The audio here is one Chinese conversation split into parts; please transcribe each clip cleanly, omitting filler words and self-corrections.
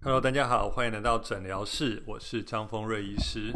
Hello， 大家好，欢迎来到诊疗室，我是张丰瑞医师。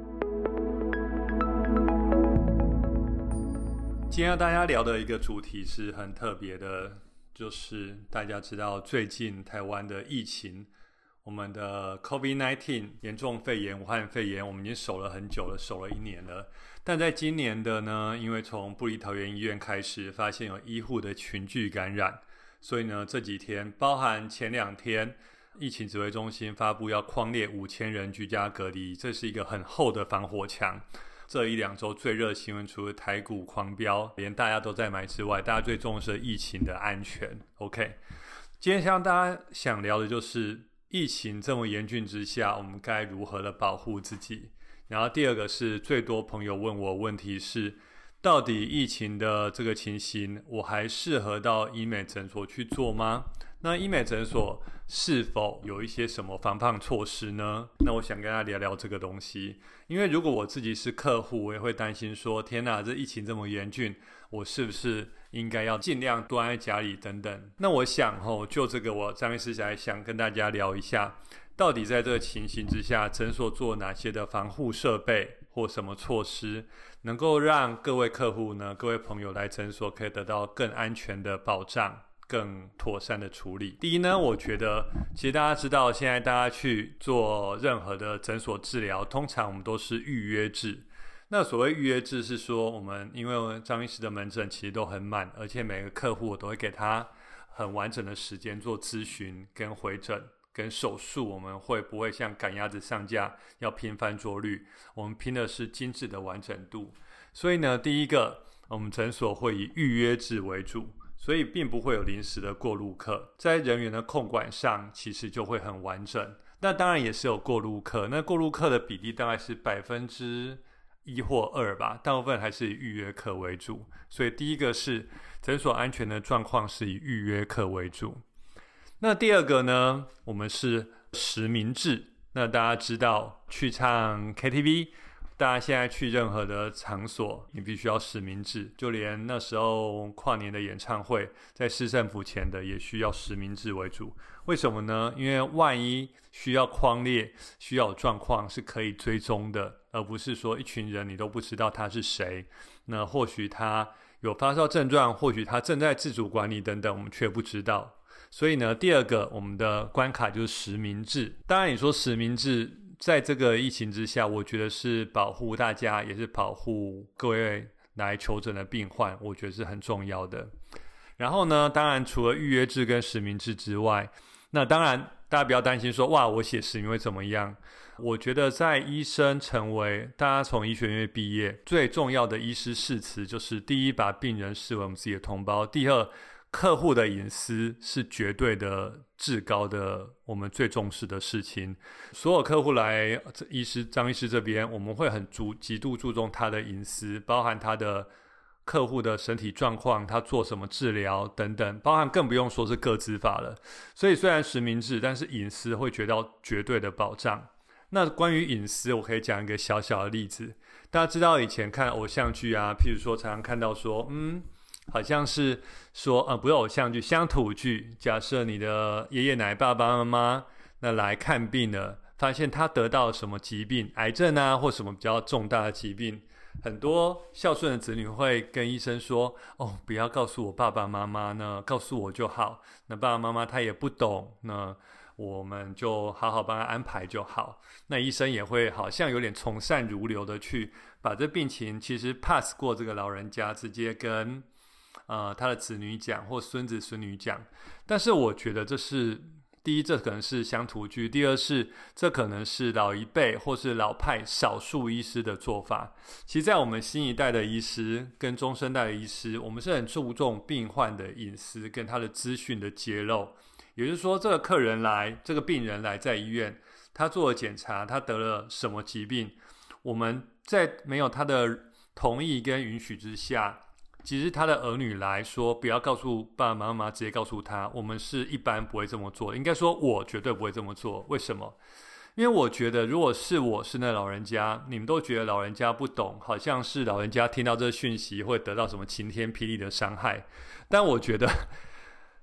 今天要大家聊的一个主题是很特别的，就是大家知道最近台湾的疫情，我们的 COVID-19 严重肺炎、武汉肺炎，我们已经守了很久了，守了1年了。但在今年的呢，因为从部立桃园医院开始发现有医护的群聚感染，所以呢这几天，包含前2天疫情指挥中心发布要匡列5000人居家隔离，这是一个很厚的防火墙。这1-2周最热的新闻，除了台股狂飙，连大家都在买之外，大家最重视疫情的安全。OK， 今天向大家想聊的就是疫情这么严峻之下，我们该如何的保护自己。然后第二个是最多朋友问我的问题是，到底疫情的这个情形，我还适合到医美诊所去做吗？那医美诊所是否有一些什么防范措施呢？那我想跟大家聊聊这个东西。因为如果我自己是客户，我也会担心说，天哪，这疫情这么严峻，我是不是应该要尽量多待在家里等等。那我想就这个我张医师还想跟大家聊一下，到底在这个情形之下，诊所做哪些的防护设备或什么措施，能够让各位客户呢、各位朋友来诊所可以得到更安全的保障，更妥善的处理。第一呢，我觉得其实大家知道，现在大家去做任何的诊所治疗，通常我们都是预约制。那所谓预约制是说，我们因为张医师的门诊其实都很满，而且每个客户我都会给他很完整的时间做咨询跟回诊跟手术，我们会不会像赶鸭子上架要拼翻桌率，我们拼的是精致的完整度。所以呢，第一个我们诊所会以预约制为主，所以并不会有临时的过路客，在人员的控管上其实就会很完整。那当然也是有过路客，那过路客的比例大概是1%或2%吧，大部分还是以预约客为主。所以第一个是诊所安全的状况是以预约客为主。那第二个呢，我们是实名制。那大家知道去唱 KTV， 大家现在去任何的场所你必须要实名制，就连那时候跨年的演唱会在市政府前的也需要实名制为主。为什么呢？因为万一需要匡列，需要有状况是可以追踪的，而不是说一群人你都不知道他是谁，那或许他有发烧症状，或许他正在自主管理等等，我们却不知道。所以呢，第二个我们的关卡就是实名制。当然你说实名制在这个疫情之下，我觉得是保护大家，也是保护各位来求诊的病患，我觉得是很重要的。然后呢，当然除了预约制跟实名制之外，那当然大家不要担心说，哇，我写实名会怎么样。我觉得在医生成为大家从医学院毕业最重要的医师誓词，就是第一，把病人视为我们自己的同胞；第二，客户的隐私是绝对的至高的，我们最重视的事情。所有客户来张医师这边，我们会极度注重他的隐私，包含他的客户的身体状况，他做什么治疗等等，包含更不用说是个资法了。所以虽然实名制，但是隐私会得到绝对的保障。那关于隐私，我可以讲一个小小的例子。大家知道以前看偶像剧啊，譬如说常常看到说好像是说不是偶像剧，乡土剧，假设你的爷爷奶奶爸爸妈妈那来看病了，发现他得到什么疾病，癌症啊或什么比较重大的疾病，很多孝顺的子女会跟医生说，不要告诉我爸爸妈妈呢，告诉我就好。那爸爸妈妈他也不懂，那我们就好好帮他安排就好。那医生也会好像有点从善如流的去把这病情其实 pass 过这个老人家，直接跟他的子女讲或孙子孙女讲。但是我觉得这是第一，这可能是乡土剧；第二是这可能是老一辈或是老派少数医师的做法。其实在我们新一代的医师跟中生代的医师，我们是很注重病患的隐私跟他的资讯的揭露。也就是说，这个病人来在医院，他做了检查，他得了什么疾病，我们在没有他的同意跟允许之下，其实他的儿女来说不要告诉爸爸妈妈，直接告诉他，我们是一般不会这么做。应该说我绝对不会这么做。为什么？因为我觉得如果是我是那老人家，你们都觉得老人家不懂，好像是老人家听到这讯息会得到什么晴天霹雳的伤害。但我觉得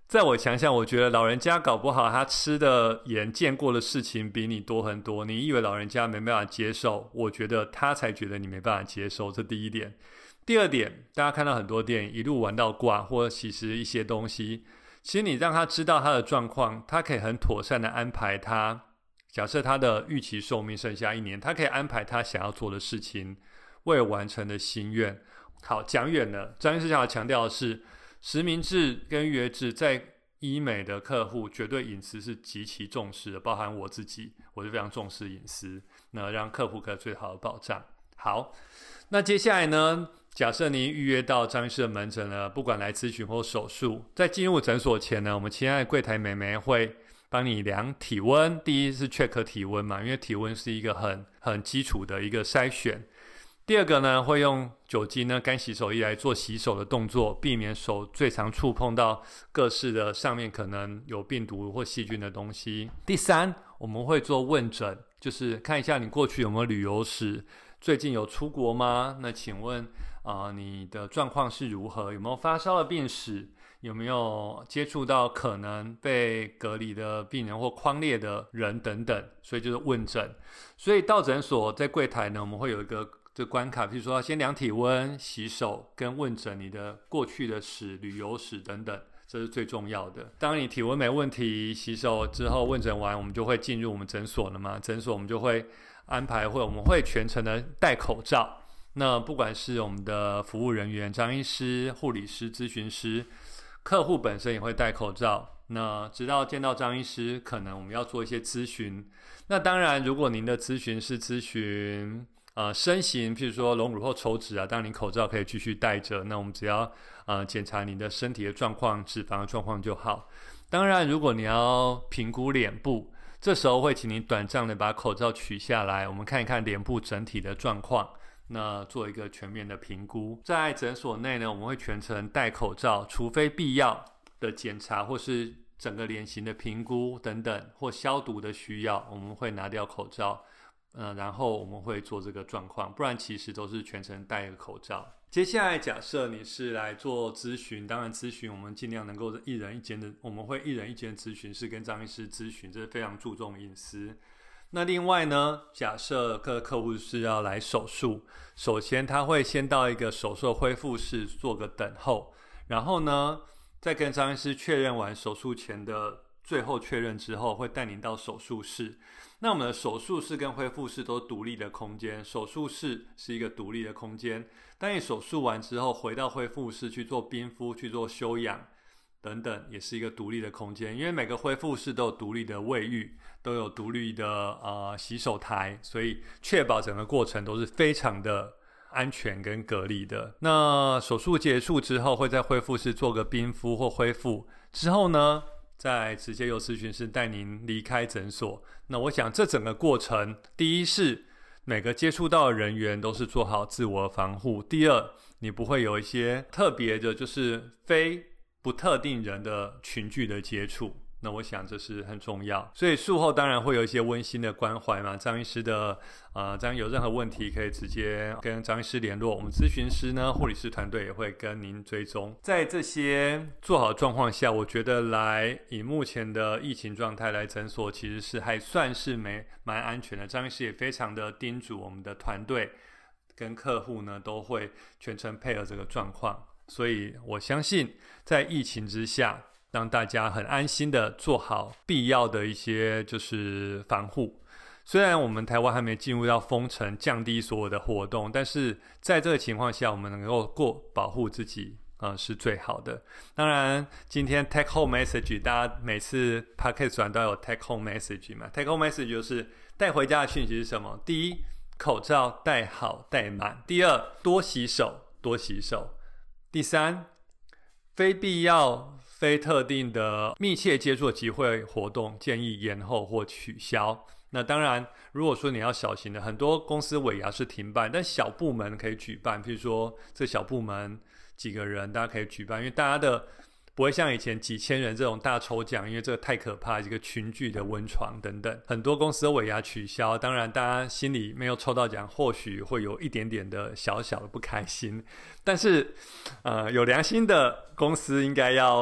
在我想想，我觉得老人家搞不好他吃的盐见过的事情比你多很多。你以为老人家没办法接受，我觉得他才觉得你没办法接受，这第一点。第二点，大家看到很多电影一路玩到挂，或其实一些东西，其实你让他知道他的状况，他可以很妥善的安排他。假设他的预期寿命剩下1年，他可以安排他想要做的事情，未完成的心愿。好，讲远了。张医师想要强调的是，实名制跟预约制在医美的客户绝对隐私是极其重视的，包含我自己，我是非常重视隐私，那让客户可以最好的保障。好，那接下来呢，假设您预约到张医师的门诊了，不管来咨询或手术，在进入诊所前呢，我们亲爱的柜台妹妹会帮你量体温。第一是 check 体温嘛，因为体温是一个很基础的一个筛选。第二个呢，会用酒精呢干洗手液来做洗手的动作，避免手最常触碰到各式的上面可能有病毒或细菌的东西。第三，我们会做问诊，就是看一下你过去有没有旅游史，最近有出国吗？那请问你的状况是如何？有没有发烧的病史？有没有接触到可能被隔离的病人或匡列的人等等？所以就是问诊。所以到诊所在柜台呢，我们会有一个这关卡，比如说先量体温、洗手跟问诊你的过去的史、旅游史等等，这是最重要的。当你体温没问题，洗手之后问诊完，我们就会进入我们诊所了嘛。诊所我们就会安排我们会全程的戴口罩。那不管是我们的服务人员、张医师、护理师、咨询师，客户本身也会戴口罩。那直到见到张医师，可能我们要做一些咨询。那当然，如果您的咨询是咨询身形，譬如说隆乳或抽脂啊，当然你口罩可以继续戴着，那我们只要检查你的身体的状况、脂肪的状况就好。当然，如果你要评估脸部，这时候会请你短暂的把口罩取下来，我们看一看脸部整体的状况，那做一个全面的评估。在诊所内呢，我们会全程戴口罩，除非必要的检查或是整个脸型的评估等等，或消毒的需要，我们会拿掉口罩。然后我们会做这个状况，不然其实都是全程戴个口罩。接下来假设你是来做咨询，当然咨询我们尽量能够一人一间的，我们会一人一间咨询室跟张医师咨询，这是非常注重隐私。那另外呢，假设客户是要来手术，首先他会先到一个手术恢复室做个等候，然后呢再跟张医师确认完手术前的最后确认之后，会带您到手术室。那我们的手术室跟恢复室都是独立的空间，手术室是一个独立的空间。当你手术完之后，回到恢复室去做冰敷、去做休养等等，也是一个独立的空间。因为每个恢复室都有独立的卫浴，都有独立的洗手台，所以确保整个过程都是非常的安全跟隔离的。那手术结束之后，会在恢复室做个冰敷或恢复之后呢，再直接由咨询师带您离开诊所。那我想这整个过程，第一是每个接触到的人员都是做好自我防护，第二你不会有一些特别的就是非不特定人的群聚的接触，那我想这是很重要。所以术后当然会有一些温馨的关怀嘛，张医师的张有任何问题可以直接跟张医师联络，我们咨询师呢护理师团队也会跟您追踪。在这些做好的状况下，我觉得以目前的疫情状态来诊所其实是还算是蛮安全的。张医师也非常的叮嘱我们的团队跟客户呢都会全程配合这个状况，所以我相信在疫情之下，让大家很安心的做好必要的一些就是防护。虽然我们台湾还没进入到封城降低所有的活动，但是在这个情况下，我们能够保护自己是最好的。当然今天 take home message 大家每次 podcast 转都有 take home message 嘛， take home message 就是带回家的讯息是什么？第一，口罩戴好戴满；第二，多洗手多洗手；第三，非必要非特定的密切接触集会活动建议延后或取消。那当然如果说你要小型的，很多公司尾牙是停办，但小部门可以举办，譬如说这小部门几个人大家可以举办，因为大家的不会像以前几千人这种大抽奖，因为这个太可怕，一个群聚的温床等等，很多公司的尾牙取消，当然大家心里没有抽到奖，或许会有一点点的小小的不开心，但是有良心的公司应该要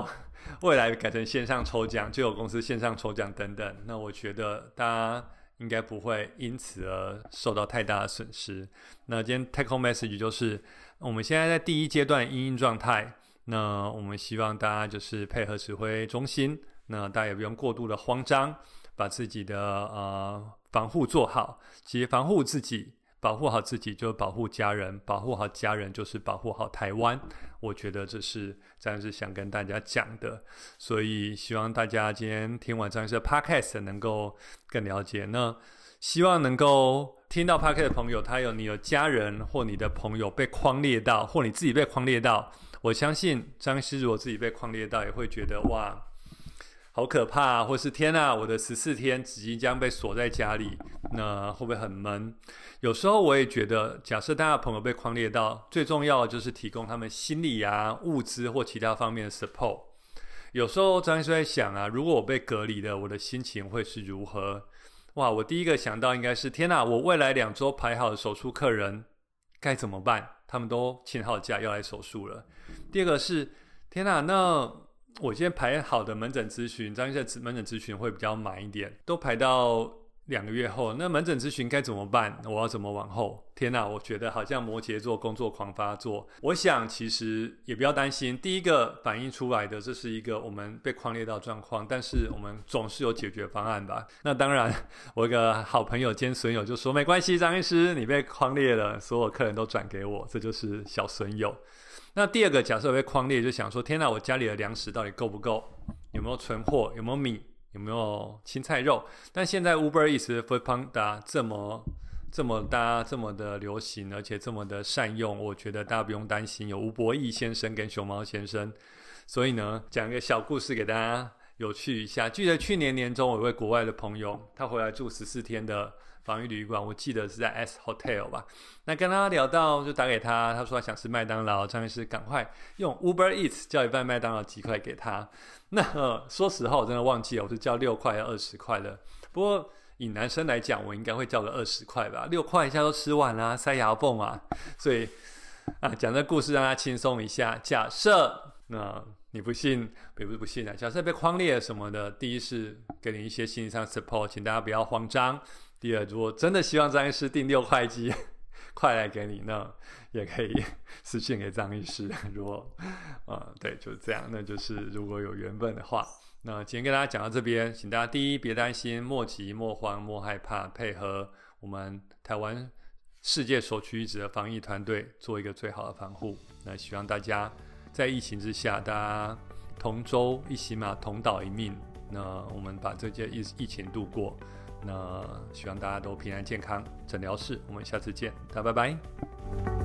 未来改成线上抽奖，就有公司线上抽奖等等。那我觉得大家应该不会因此而受到太大的损失。那今天 take home message 就是我们现在在第一阶段因应状态，那我们希望大家就是配合指挥中心，那大家也不用过度的慌张，把自己的防护做好。其实防护自己，保护好自己就是保护家人，保护好家人就是保护好台湾。我觉得这是张医师想跟大家讲的，所以希望大家今天听完张医师的 podcast 能够更了解。那希望能够听到 podcast 的朋友，他有你的家人或你的朋友被匡列到，或你自己被匡列到，我相信张医师如果自己被匡列到，也会觉得哇好可怕，或是天啊，我的14天即将被锁在家里，那会不会很闷？有时候我也觉得，假设大家的朋友被匡列到，最重要的就是提供他们心理物资或其他方面的 support。有时候张医师在想如果我被隔离了，我的心情会是如何？哇，我第一个想到应该是天啊，我未来2周排好的手术客人该怎么办？他们都请好假要来手术了。第二个是天啊，那我今天排好的门诊咨询，张医师门诊咨询会比较满一点，都排到2个月后，那门诊咨询该怎么办？我要怎么往后？天哪，我觉得好像摩羯座工作狂发作。我想其实也不要担心，第一个反映出来的这是一个我们被匡列到状况，但是我们总是有解决方案吧。那当然，我一个好朋友兼损友就说没关系，张医师你被匡列了，所有客人都转给我，这就是小损友。那第二个假设被匡列，就想说天哪，我家里的粮食到底够不够？有没有存货？有没有米？有没有青菜肉？但现在 Uber Eats、Foodpanda 这么大这么的流行，而且这么的善用，我觉得大家不用担心。有吴伯义先生跟熊猫先生，所以呢，讲一个小故事给大家有趣一下。记得去年年中，我有位国外的朋友，他回来住14天的防疫旅馆，我记得是在 S Hotel 吧。那跟他聊到，就打给他，他说他想吃麦当劳，张医师赶快用 Uber Eats 叫一份麦当劳鸡块给他。那说实话，我真的忘记了，我是叫6块还是20块的。不过以男生来讲，我应该会叫个20块吧，6块一下都吃完啦，塞牙缝啊。所以讲这故事让他轻松一下。假设那你不信，也不是不信假设被匡列什么的，第一是给你一些心理上 support， 请大家不要慌张。第二，如果真的希望张医师订6块鸡快来给你，那也可以私信给张医师。如果对，就是这样。那就是如果有缘分的话，那今天跟大家讲到这边，请大家第一别担心，莫急莫慌莫害怕，配合我们台湾世界首屈一指的防疫团队做一个最好的防护。那希望大家在疫情之下，大家同舟一行马，同岛一命。那我们把这届疫情度过。那希望大家都平安健康。诊疗室，我们下次见，大家拜拜。